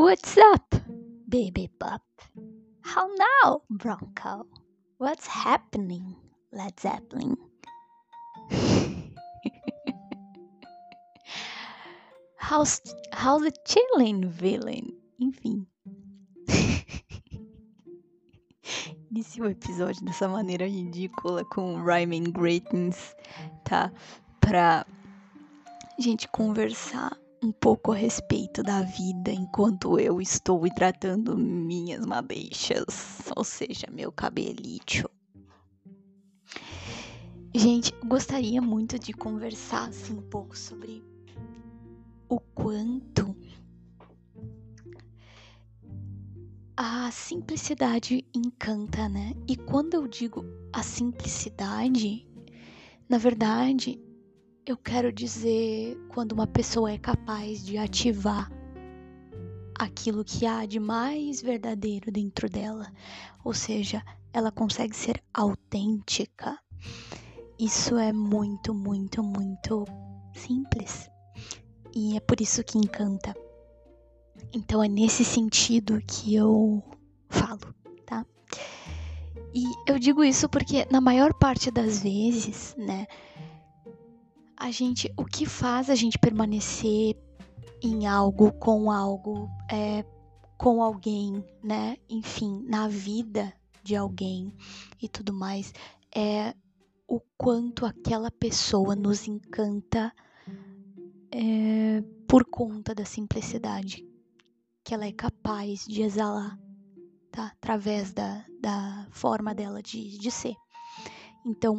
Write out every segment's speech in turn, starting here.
What's up, baby pup? How now, Bronco? What's happening, Led Zeppelin? How's the chillin' villain? Enfim. Iniciei o episódio dessa maneira ridícula com rhyming greetings, tá? Pra gente conversar um pouco a respeito da vida enquanto eu estou hidratando minhas madeixas, ou seja, meu cabelito. Gente, gostaria muito de conversar assim, um pouco sobre o quanto a simplicidade encanta, né? E quando eu digo a simplicidade, na verdade, eu quero dizer quando uma pessoa é capaz de ativar aquilo que há de mais verdadeiro dentro dela, ou seja, ela consegue ser autêntica. Isso é muito, muito, muito simples e é por isso que encanta. Então é nesse sentido que eu falo, tá? E eu digo isso porque na maior parte das vezes, né, o que faz a gente permanecer em algo, com alguém, né? Enfim, na vida de alguém e tudo mais, é o quanto aquela pessoa nos encanta por conta da simplicidade que ela é capaz de exalar, tá? Através da forma dela de ser. Então,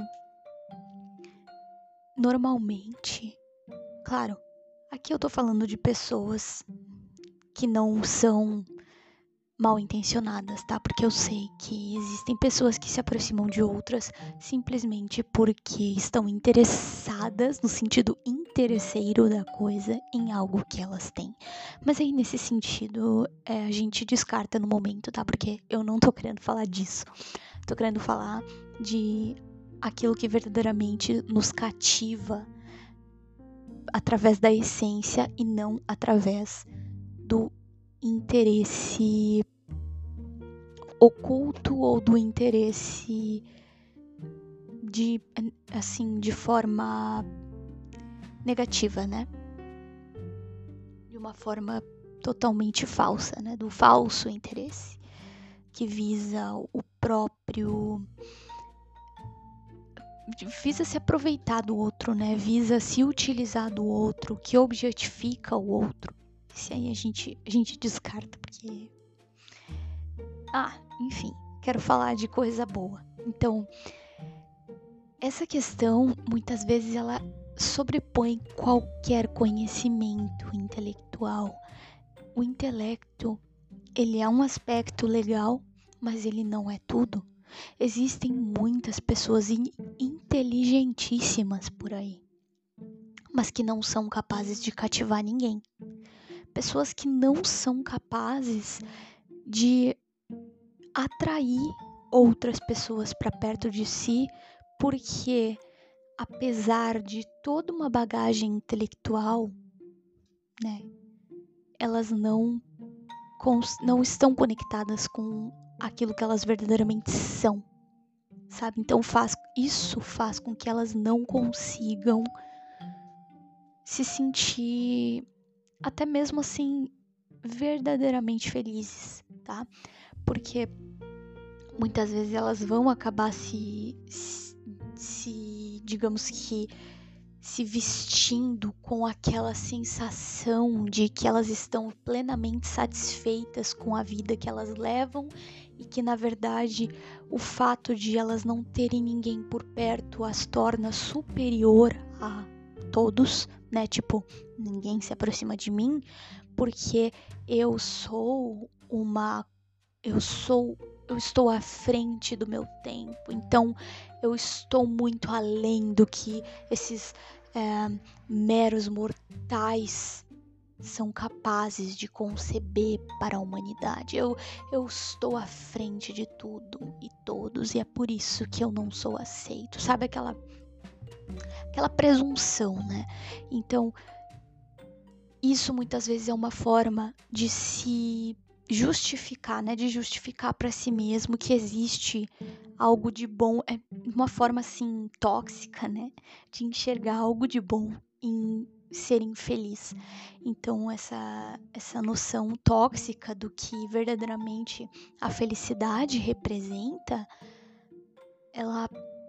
normalmente, claro, aqui eu tô falando de pessoas que não são mal intencionadas, tá? Porque eu sei que existem pessoas que se aproximam de outras simplesmente porque estão interessadas, no sentido interesseiro da coisa, em algo que elas têm. Mas aí, nesse sentido, a gente descarta no momento, tá? Porque eu não tô querendo falar disso. Tô querendo falar de aquilo que verdadeiramente nos cativa através da essência e não através do interesse oculto ou do interesse de forma negativa, né? De uma forma totalmente falsa, né? Do falso interesse que visa o próprio, visa se aproveitar do outro, né? Visa se utilizar do outro, que objetifica o outro. Esse aí a gente descarta porque enfim, quero falar de coisa boa. Então, essa questão, muitas vezes, ela sobrepõe qualquer conhecimento intelectual. O intelecto, ele é um aspecto legal, mas ele não é tudo. Existem muitas pessoas inteligentíssimas por aí, mas que não são capazes de cativar ninguém. Pessoas que não são capazes de atrair outras pessoas para perto de si, porque apesar de toda uma bagagem intelectual, né, elas não estão conectadas com aquilo que elas verdadeiramente são, sabe? Então isso faz com que elas não consigam se sentir até mesmo assim verdadeiramente felizes, tá? Porque muitas vezes elas vão acabar digamos que, se vestindo com aquela sensação de que elas estão plenamente satisfeitas com a vida que elas levam e que, na verdade, o fato de elas não terem ninguém por perto as torna superior a todos, né? Tipo, ninguém se aproxima de mim porque eu estou à frente do meu tempo, então eu estou muito além do que esses meros mortais são capazes de conceber para a humanidade. Eu estou à frente de tudo e todos, e é por isso que eu não sou aceito. Sabe aquela presunção, né? Então, isso muitas vezes é uma forma de se justificar, né? De justificar para si mesmo que existe algo de bom. É uma forma, assim, tóxica, né? De enxergar algo de bom em ser infeliz. Então, essa noção tóxica do que verdadeiramente a felicidade representa, ela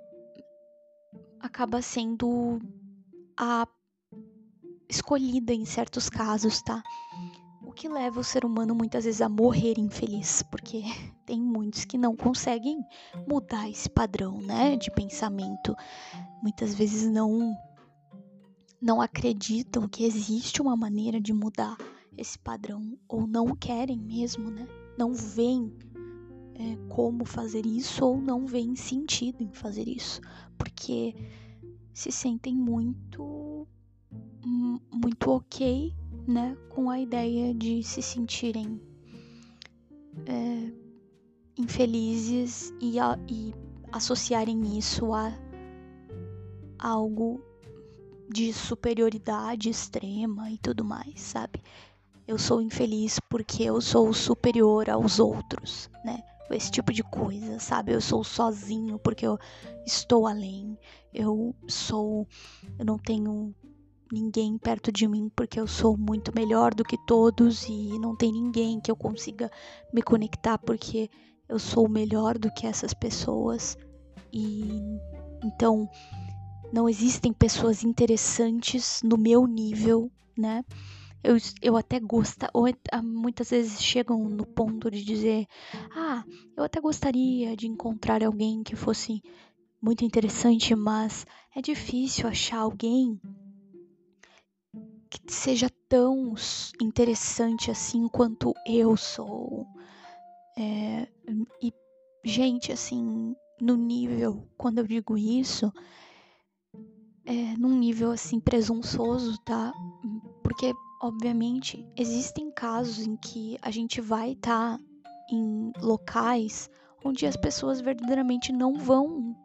acaba sendo a escolhida em certos casos, tá? O que leva o ser humano muitas vezes a morrer infeliz, porque tem muitos que não conseguem mudar esse padrão, né, de pensamento. Muitas vezes não acreditam que existe uma maneira de mudar esse padrão, ou não querem mesmo, né? Não veem como fazer isso, ou não veem sentido em fazer isso, porque se sentem muito ok, né, com a ideia de se sentirem infelizes e associarem isso a algo de superioridade extrema e tudo mais, sabe? Eu sou infeliz porque eu sou superior aos outros, né? Esse tipo de coisa, sabe? Eu sou sozinho porque eu estou além. Eu não tenho ninguém perto de mim porque eu sou muito melhor do que todos e não tem ninguém que eu consiga me conectar porque eu sou melhor do que essas pessoas. E então não existem pessoas interessantes no meu nível, né? Eu até gosto, ou muitas vezes chegam no ponto de dizer: eu até gostaria de encontrar alguém que fosse muito interessante, mas é difícil achar alguém que seja tão interessante assim quanto eu sou. E, gente, assim, no nível, quando eu digo isso, num nível assim presunçoso, tá? Porque, obviamente, existem casos em que a gente vai estar em locais onde as pessoas verdadeiramente não vão,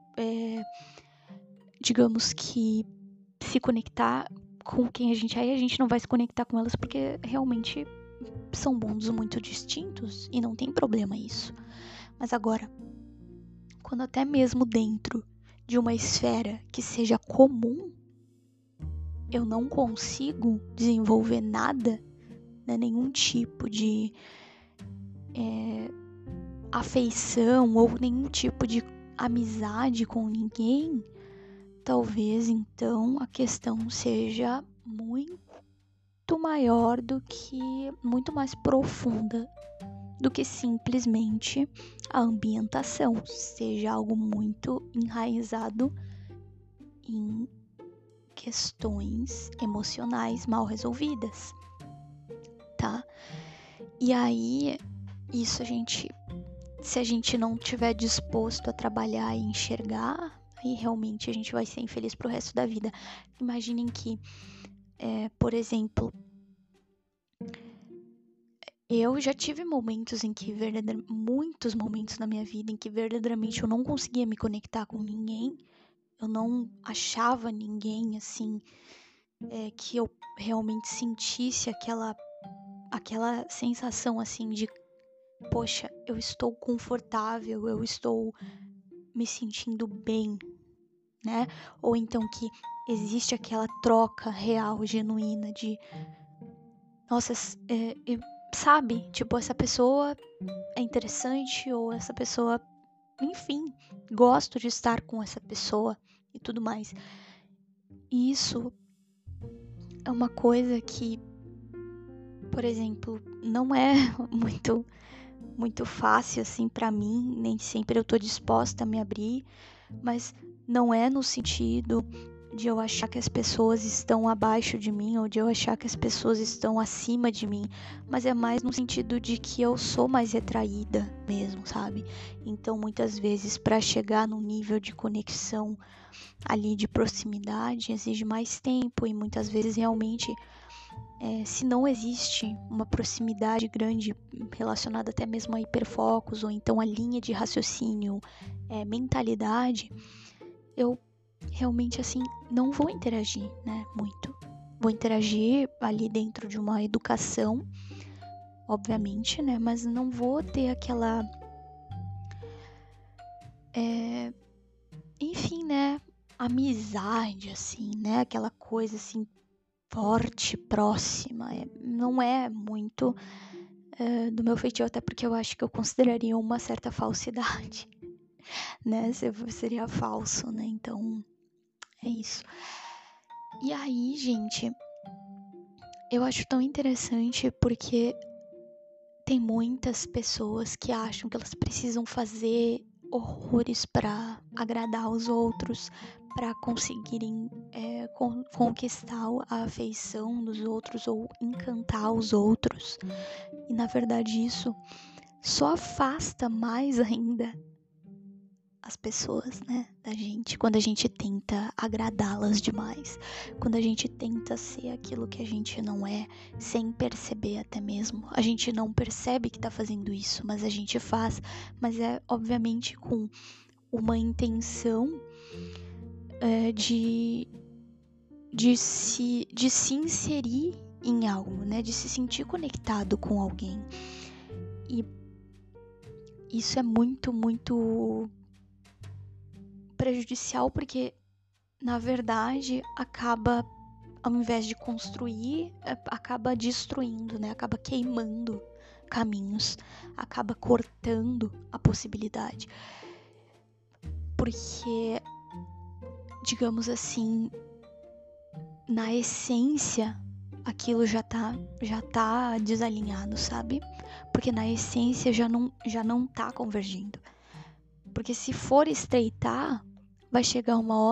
digamos que, se conectar com quem a gente é, e a gente não vai se conectar com elas porque realmente são mundos muito distintos e não tem problema isso. Mas agora, quando até mesmo dentro de uma esfera que seja comum, eu não consigo desenvolver nada, né, nenhum tipo de afeição ou nenhum tipo de amizade com ninguém, talvez então a questão seja muito maior muito mais profunda do que simplesmente a ambientação, seja algo muito enraizado em questões emocionais mal resolvidas, tá? E aí, isso se a gente não estiver disposto a trabalhar e enxergar, aí realmente a gente vai ser infeliz pro resto da vida. Imaginem que, por exemplo, eu já tive momentos em que muitos momentos na minha vida em que verdadeiramente eu não conseguia me conectar com ninguém, eu não achava ninguém assim que eu realmente sentisse aquela sensação assim de, poxa, eu estou confortável, eu estou me sentindo bem, né? Ou então que existe aquela troca real, genuína de, nossa, sabe? Tipo, essa pessoa é interessante, ou essa pessoa, enfim, gosto de estar com essa pessoa e tudo mais. E isso é uma coisa que, por exemplo, não é muito fácil assim para mim, nem sempre eu tô disposta a me abrir, mas não é no sentido de eu achar que as pessoas estão abaixo de mim ou de eu achar que as pessoas estão acima de mim, mas é mais no sentido de que eu sou mais retraída mesmo, sabe? Então, muitas vezes, para chegar num nível de conexão ali de proximidade, exige mais tempo e muitas vezes realmente se não existe uma proximidade grande relacionada até mesmo a hiperfocos ou então a linha de raciocínio, mentalidade, eu realmente assim não vou interagir, né, muito. vou interagir ali dentro de uma educação, obviamente, né? Mas não vou ter aquela... enfim, né? Amizade, assim, né? Aquela coisa, assim, forte, próxima. Não é muito do meu feitio, até porque eu acho que eu consideraria uma certa falsidade, né? Seria falso, né? Então, é isso. E aí, gente, eu acho tão interessante porque tem muitas pessoas que acham que elas precisam fazer horrores para agradar os outros, para conseguirem conquistar a afeição dos outros ou encantar os outros. E na verdade isso só afasta mais ainda as pessoas, né, da gente, quando a gente tenta agradá-las demais, quando a gente tenta ser aquilo que a gente não é, sem perceber até mesmo. A gente não percebe que tá fazendo isso, mas a gente faz, mas é obviamente com uma intenção de se inserir em algo, né, de se sentir conectado com alguém. E isso é muito, muito prejudicial, porque na verdade acaba, ao invés de construir, acaba destruindo, né? Acaba queimando caminhos, acaba cortando a possibilidade, porque, digamos assim, na essência aquilo já tá desalinhado, sabe? Porque na essência já não tá convergindo. Porque se for estreitar, vai chegar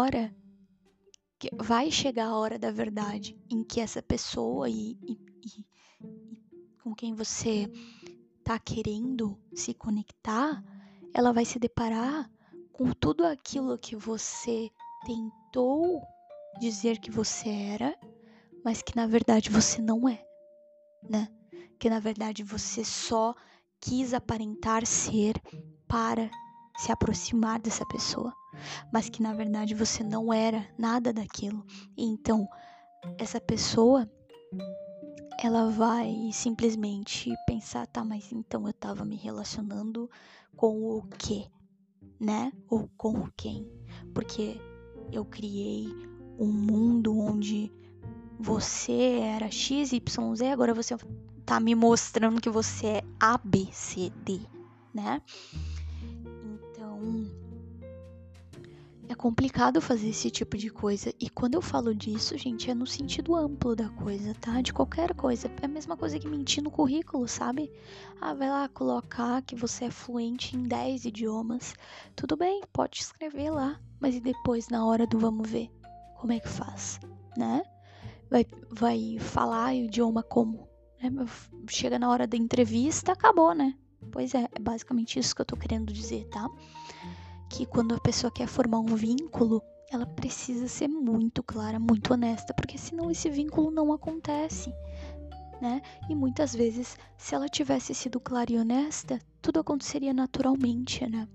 a hora da verdade, em que essa pessoa e com quem você tá querendo se conectar, ela vai se deparar com tudo aquilo que você tentou dizer que você era, mas que na verdade você não é, né? Que na verdade você só quis aparentar ser para se aproximar dessa pessoa, mas que na verdade você não era nada daquilo. E então essa pessoa, ela vai simplesmente pensar, tá, mas então eu tava me relacionando com o quê, né? Ou com quem? Porque eu criei um mundo onde você era X, Y, Z, agora você tá me mostrando que você é A, B, C, D, né? Então, é complicado fazer esse tipo de coisa. E quando eu falo disso, gente, é no sentido amplo da coisa, tá? De qualquer coisa. É a mesma coisa que mentir no currículo, sabe? Ah, vai lá colocar que você é fluente em 10 idiomas. Tudo bem, pode escrever lá. Mas e depois, na hora do vamos ver? Como é que faz, né? Vai falar o idioma como? Chega na hora da entrevista, acabou, né? Pois é basicamente isso que eu tô querendo dizer, tá? Que quando a pessoa quer formar um vínculo, ela precisa ser muito clara, muito honesta, porque senão esse vínculo não acontece, né? E muitas vezes, se ela tivesse sido clara e honesta, tudo aconteceria naturalmente, né?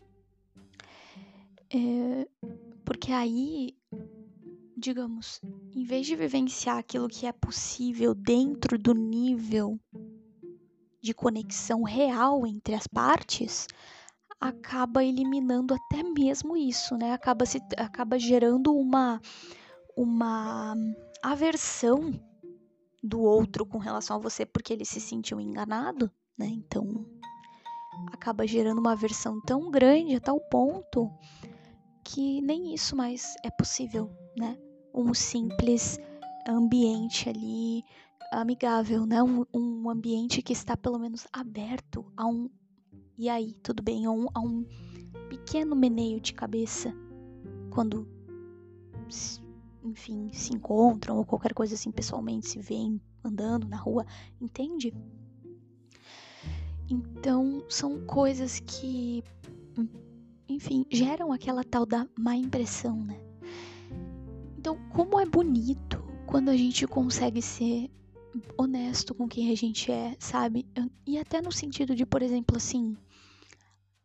Porque aí, digamos, em vez de vivenciar aquilo que é possível dentro do nível de conexão real entre as partes, acaba eliminando até mesmo isso, né? Acaba gerando uma aversão do outro com relação a você, porque ele se sentiu enganado, né? Então, acaba gerando uma aversão tão grande a tal ponto que nem isso mais é possível, né? Um simples ambiente ali amigável, né? Um ambiente que está pelo menos aberto a um... E aí, tudo bem? A um pequeno meneio de cabeça quando, enfim, se encontram ou qualquer coisa assim pessoalmente, se veem andando na rua, entende? Então, são coisas que, enfim, geram aquela tal da má impressão, né? Então, como é bonito quando a gente consegue ser honesto com quem a gente é, sabe? E até no sentido de, por exemplo, assim,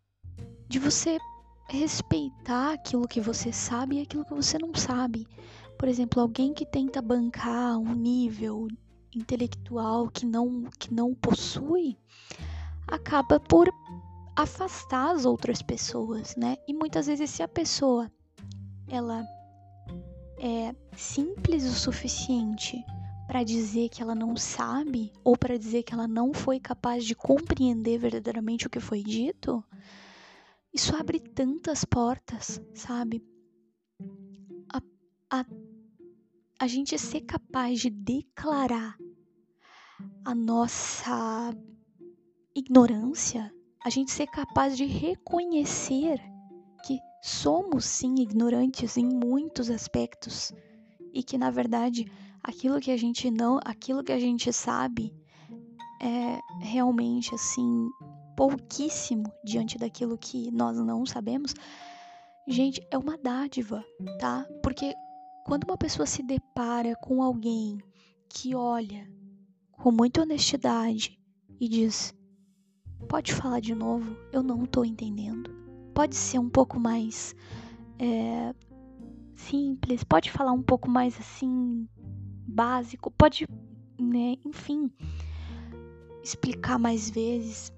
de você respeitar aquilo que você sabe e aquilo que você não sabe. Por exemplo, alguém que tenta bancar um nível intelectual que não possui, acaba por afastar as outras pessoas, né? E muitas vezes, se a pessoa ela é simples o suficiente para dizer que ela não sabe, ou para dizer que ela não foi capaz de compreender verdadeiramente o que foi dito, isso abre tantas portas, sabe? A gente ser capaz de declarar a nossa ignorância, a gente ser capaz de reconhecer que somos sim ignorantes em muitos aspectos e que na verdade aquilo que a gente sabe é realmente assim pouquíssimo diante daquilo que nós não sabemos. Gente, é uma dádiva, tá? Porque quando uma pessoa se depara com alguém que olha com muita honestidade e diz: pode falar de novo, eu não tô entendendo. Pode ser um pouco mais simples, pode falar um pouco mais assim, básico, pode, né, enfim, explicar mais vezes.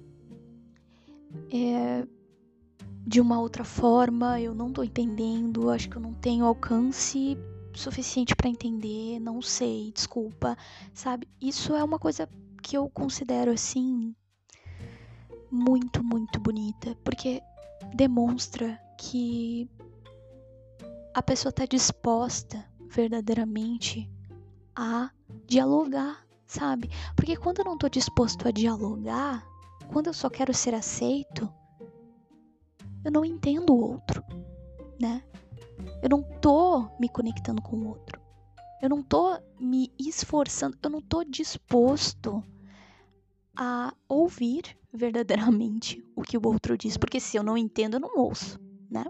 De uma outra forma, eu não tô entendendo, acho que eu não tenho alcance suficiente pra entender, não sei, desculpa, sabe? Isso é uma coisa que eu considero assim muito, muito bonita, porque demonstra que a pessoa tá disposta verdadeiramente a dialogar, sabe? Porque quando eu não tô disposto a dialogar, quando eu só quero ser aceito, eu não entendo o outro, né? Eu não tô me conectando com o outro. Eu não tô me esforçando, eu não tô disposto a ouvir verdadeiramente o que o outro diz, porque se eu não entendo, eu não ouço, né?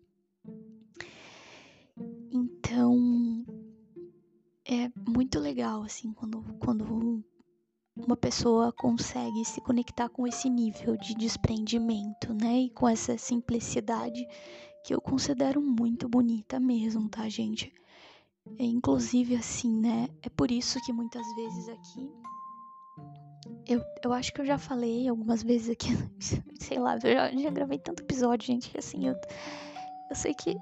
Então, é muito legal, assim, quando uma pessoa consegue se conectar com esse nível de desprendimento, né? E com essa simplicidade que eu considero muito bonita mesmo, tá, gente? Inclusive, assim, né? É por isso que muitas vezes aqui eu acho que eu já falei algumas vezes aqui, sei lá, eu já gravei tanto episódio, gente, que assim, eu sei que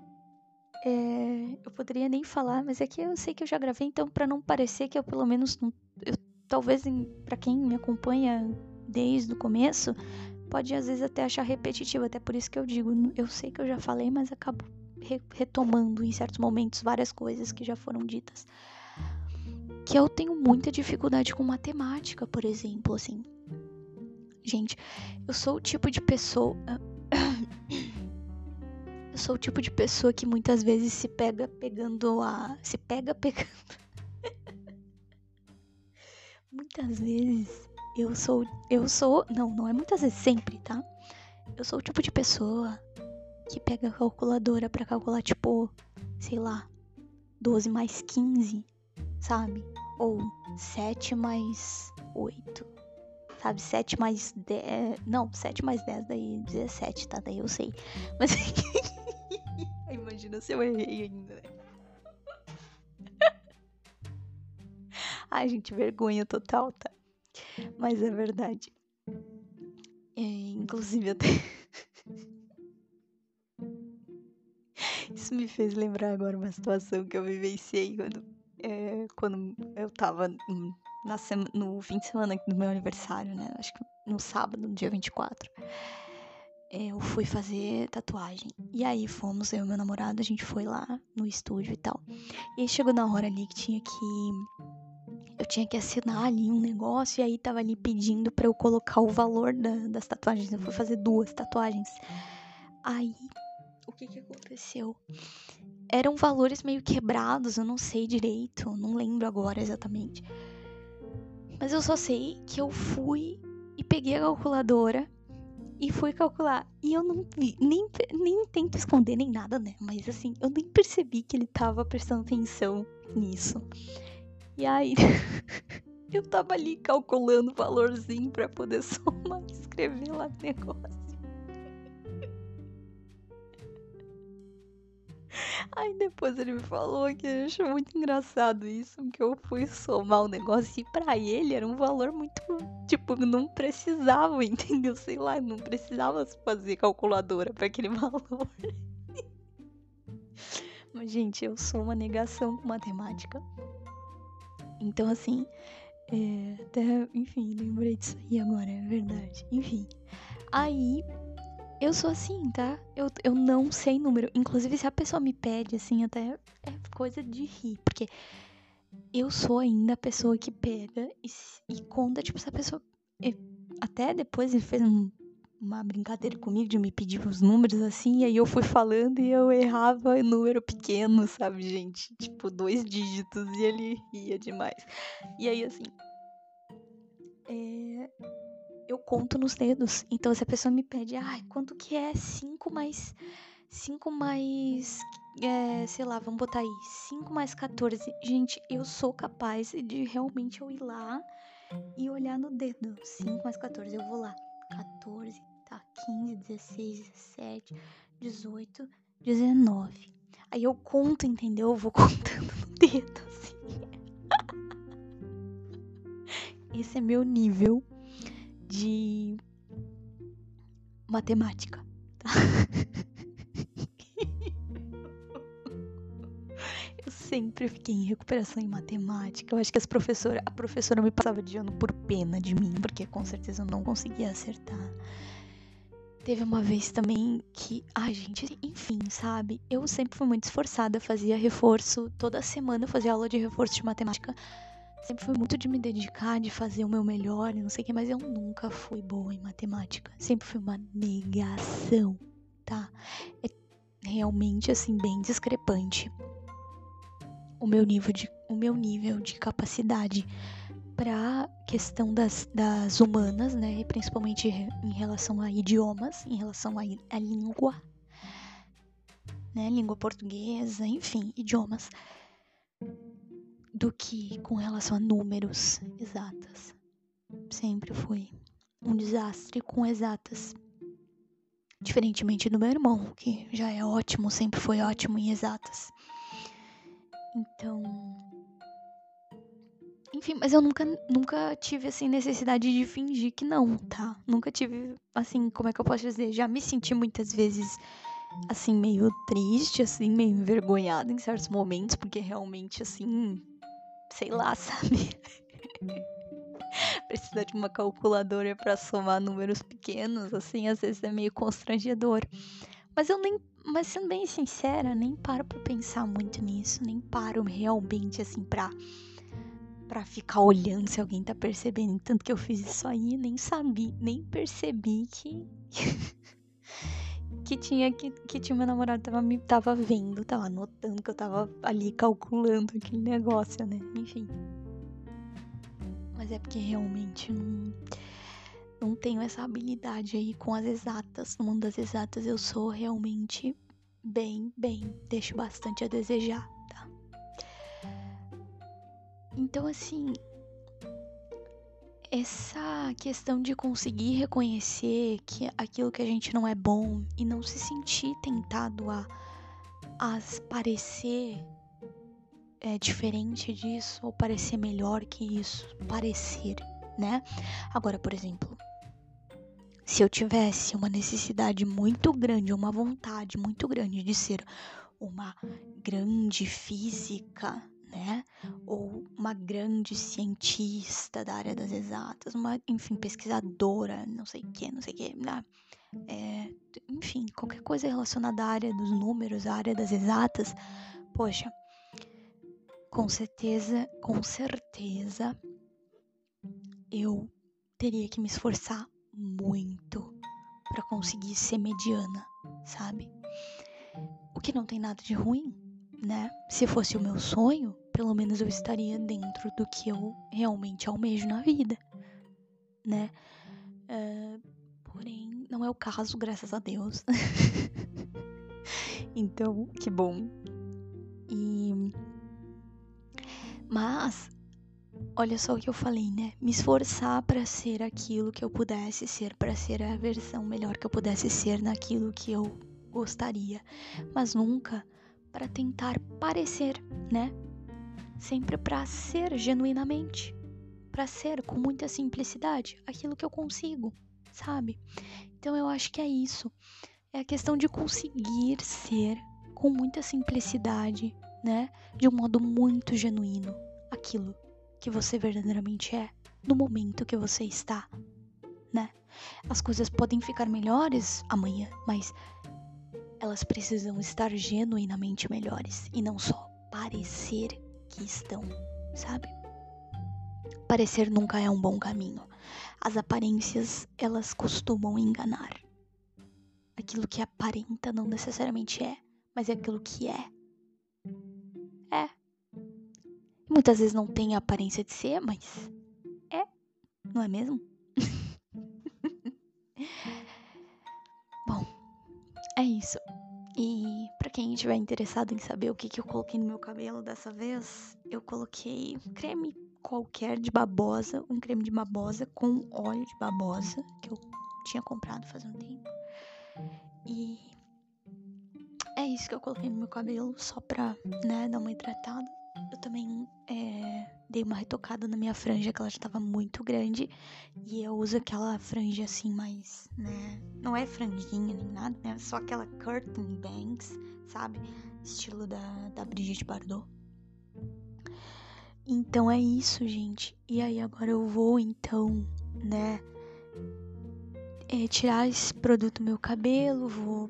eu poderia nem falar, mas é que eu sei que eu já gravei, então pra não parecer que eu pelo menos, talvez pra quem me acompanha desde o começo, pode às vezes até achar repetitivo, até por isso que eu digo, eu sei que eu já falei, mas acabo retomando em certos momentos várias coisas que já foram ditas. Que eu tenho muita dificuldade com matemática, por exemplo, assim. Gente, eu sou o tipo de pessoa que muitas vezes se pega pegando. Muitas vezes não é muitas vezes, sempre, tá? Eu sou o tipo de pessoa que pega a calculadora pra calcular, tipo, sei lá, 12 mais 15, sabe? Ou 7 mais 8, sabe? 7 mais 10... Não, 7 mais 10 daí 17, tá? Daí eu sei. Mas imagina se eu errei ainda, né? Ai, gente, vergonha total, tá? Mas é verdade. Inclusive, até... Isso me fez lembrar agora uma situação que eu vivenciei quando eu tava no fim de semana do meu aniversário, né? Acho que no sábado, no dia 24. Eu fui fazer tatuagem. E aí fomos, eu e meu namorado, a gente foi lá no estúdio e tal. E aí chegou na hora ali que eu tinha que assinar ali um negócio, e aí tava ali pedindo pra eu colocar o valor das tatuagens. Eu fui fazer 2 tatuagens. Aí, o que aconteceu? Eram valores meio quebrados, eu não sei direito, não lembro agora exatamente. Mas eu só sei que eu fui e peguei a calculadora e fui calcular. E eu não vi, nem tento esconder nem nada, né? Mas assim, eu nem percebi que ele tava prestando atenção nisso. E aí, eu tava ali calculando o valorzinho pra poder somar e escrever lá no negócio. Aí depois ele me falou que ele achou muito engraçado isso, que eu fui somar o negócio e pra ele era um valor muito, tipo, não precisava, entendeu? Sei lá, não precisava fazer calculadora pra aquele valor. Mas, gente, eu sou uma negação com matemática. Então, assim, até, enfim, lembrei disso aí agora, é verdade. Enfim, aí eu sou assim, tá? Eu não sei número. Inclusive, se a pessoa me pede, assim, até é coisa de rir. Porque eu sou ainda a pessoa que pega e conta, tipo, se a pessoa... Até depois ele fez uma brincadeira comigo de me pedir os números, assim, e aí eu fui falando e eu errava número pequeno, sabe, gente? Tipo, 2 dígitos, e ele ria demais. E aí, assim, eu conto nos dedos. Então, se a pessoa me pede, quanto que é 5 mais... 5 mais... sei lá, vamos botar aí, 5 mais 14. Gente, eu sou capaz de realmente eu ir lá e olhar no dedo. 5 mais 14, eu vou lá. 14, tá, 15, 16, 17, 18, 19. Aí eu conto, entendeu? Eu vou contando no dedo, assim. Esse é meu nível de matemática, tá? Eu sempre fiquei em recuperação em matemática. Eu acho que a professora me passava de ano por pena de mim, porque com certeza eu não conseguia acertar. Teve uma vez também que, gente, enfim, sabe? Eu sempre fui muito esforçada, fazia reforço, toda semana eu fazia aula de reforço de matemática. Sempre fui muito de me dedicar, de fazer o meu melhor, e não sei o que, mas eu nunca fui boa em matemática. Sempre fui uma negação, tá? É realmente, assim, bem discrepante o meu nível de capacidade para questão das humanas, né, e principalmente em relação a idiomas, em relação à língua, né, língua portuguesa, enfim, idiomas, do que com relação a números exatas. Sempre foi um desastre com exatas. Diferentemente do meu irmão, que já é ótimo, sempre foi ótimo em exatas. Então, enfim, mas eu nunca tive, assim, necessidade de fingir que não, tá? Nunca tive, assim, como é que eu posso dizer? Já me senti muitas vezes, assim, meio triste, assim, meio envergonhada em certos momentos, porque realmente, assim, sei lá, sabe? Precisar de uma calculadora pra somar números pequenos, assim, às vezes é meio constrangedor. Mas sendo bem sincera, nem paro pra pensar muito nisso, nem paro realmente, assim, pra ficar olhando se alguém tá percebendo. Tanto que eu fiz isso aí, nem percebi que tinha meu namorado tava vendo, tava notando que eu tava ali calculando aquele negócio, né? Enfim. Mas é porque realmente não tenho essa habilidade aí com as exatas. No mundo das exatas eu sou realmente bem, deixo bastante a desejar, tá? Então, assim, essa questão de conseguir reconhecer que aquilo que a gente não é bom e não se sentir tentado a parecer diferente disso ou parecer melhor que isso, parecer, né? Agora, por exemplo, se eu tivesse uma necessidade muito grande, uma vontade muito grande de ser uma grande física, né? Ou uma grande cientista da área das exatas, enfim, pesquisadora, não sei o que, né? Enfim, qualquer coisa relacionada à área dos números, à área das exatas, poxa, com certeza, eu teria que me esforçar muito para conseguir ser mediana, sabe? O que não tem nada de ruim, né? Se fosse o meu sonho, pelo menos eu estaria dentro do que eu realmente almejo na vida, né? Porém, não é o caso, graças a Deus. Então, que bom. Mas, olha só o que eu falei, né? Me esforçar para ser aquilo que eu pudesse ser, para ser a versão melhor que eu pudesse ser naquilo que eu gostaria. Mas nunca para tentar parecer, né? Sempre para ser genuinamente, para ser com muita simplicidade aquilo que eu consigo, sabe? Então eu acho que é isso. É a questão de conseguir ser com muita simplicidade, né? De um modo muito genuíno, aquilo que você verdadeiramente é, no momento que você está, né? As coisas podem ficar melhores amanhã, mas elas precisam estar genuinamente melhores e não só parecer que estão, sabe? Parecer nunca é um bom caminho. As aparências, elas costumam enganar. Aquilo que aparenta não necessariamente é, mas é aquilo que é. É. Muitas vezes não tem a aparência de ser, mas é, não é mesmo? Bom, é isso. E pra quem estiver interessado em saber o que eu coloquei no meu cabelo dessa vez, eu coloquei um creme qualquer de babosa, um creme de babosa com óleo de babosa, que eu tinha comprado faz um tempo. E é isso que eu coloquei no meu cabelo, só pra, né, dar uma hidratada. Eu também dei uma retocada na minha franja, que ela já tava muito grande. E eu uso aquela franja assim mais, né, não é franjinha nem nada, né, só aquela curtain bangs, sabe? Estilo da Brigitte Bardot. Então é isso, gente. E aí agora eu vou, então, né, tirar esse produto do meu cabelo, vou,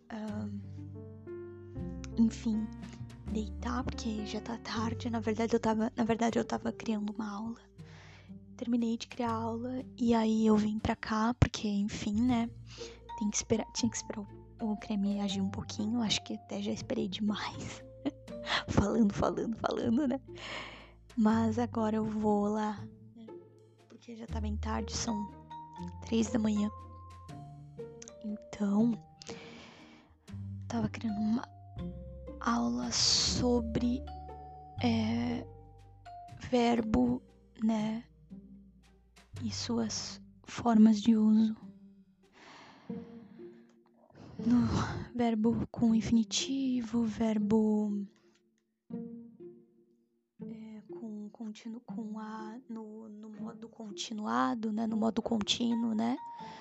enfim, deitar, porque já tá tarde. Na verdade eu tava criando uma aula. Terminei de criar a aula e aí eu vim pra cá, porque, enfim, né, tinha que esperar o creme agir um pouquinho. Acho que até já esperei demais. falando, né? Mas agora eu vou lá, né? Porque já tá bem tarde, são 3 da manhã. Então, tava criando uma aula sobre verbo, né? E suas formas de uso. No verbo com infinitivo, verbo no modo continuado, né? No modo contínuo, né?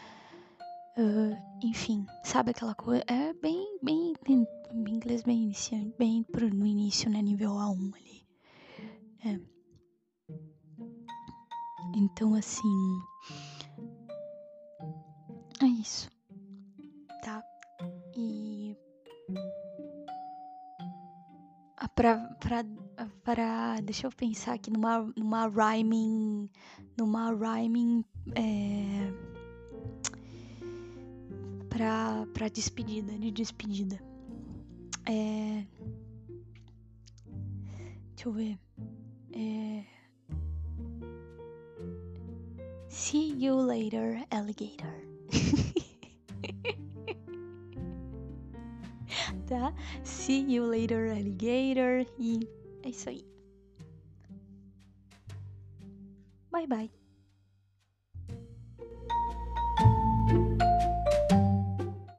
Enfim, sabe aquela coisa? É bem inglês bem iniciante, bem no início, né? Nível A1 ali. Então, assim, é isso, tá? E deixa eu pensar aqui numa rhyming, pra despedida. Deixa eu ver. See you later, alligator. Tá? See you later, alligator. E é isso aí. Bye, bye.